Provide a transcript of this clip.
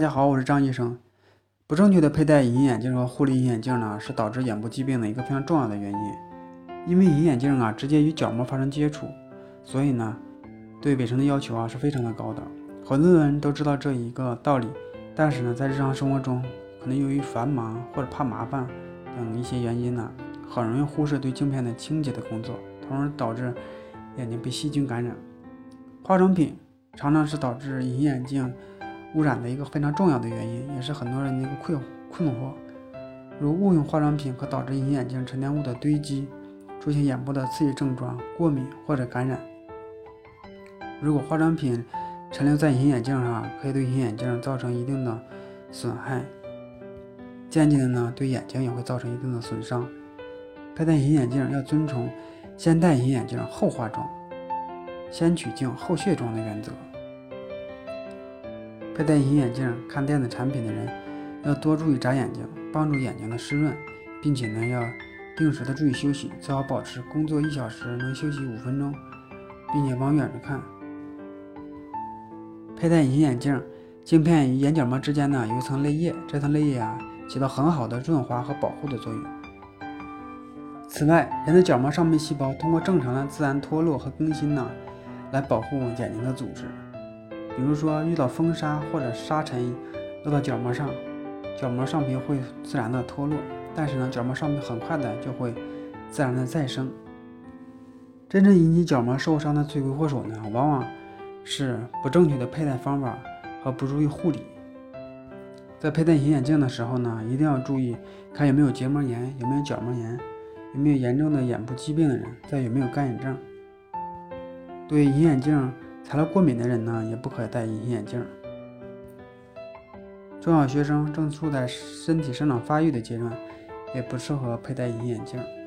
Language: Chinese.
大家好，我是张医生。不正确的佩戴隐形眼镜和护理隐形眼镜呢，是导致眼部疾病的一个非常重要的原因。因为隐形眼镜直接与角膜发生接触，所以呢，对卫生的要求是非常的高的。很多人都知道这一个道理，但是呢，在日常生活中，可能由于繁忙或者怕麻烦等一些原因呢，很容易忽视对镜片的清洁的工作，从而导致眼睛被细菌感染。化妆品常常是导致隐形眼镜污染的一个非常重要的原因，也是很多人的一个困惑。如误用化妆品可导致隐形眼镜沉淀物的堆积，出现眼部的刺激症状、过敏或者感染。如果化妆品残留在隐形眼镜上，可以对隐形眼镜造成一定的损害，间接的呢对眼睛也会造成一定的损伤。佩戴隐形眼镜要遵从先戴隐形眼镜后化妆、先取镜后卸妆的原则。佩戴隐形眼镜看电子产品的人要多注意眨眼睛，帮助眼睛的湿润，并且呢要定时的注意休息，最好保持工作1小时能休息5分钟，并且往远处看。佩戴隐形眼镜，镜片与眼角膜之间呢有一层泪液，这层泪液起到很好的润滑和保护的作用。此外，人的角膜上皮细胞通过正常的自然脱落和更新来保护眼睛的组织。比如说遇到风沙或者沙尘落到角膜上，角膜上皮会自然的脱落，但是呢，角膜上皮很快的就会自然的再生。真正引起角膜受伤的罪魁祸首呢，往往是不正确的佩戴方法和不注意护理。在佩戴隐形眼镜的时候呢，一定要注意看有没有结膜炎，有没有角膜炎，有没有严重的眼部疾病的人，再有没有干眼症。对隐形眼镜材料过敏的人呢，也不可戴隐形眼镜。中小学生正处在身体生长发育的阶段，也不适合佩戴隐形眼镜。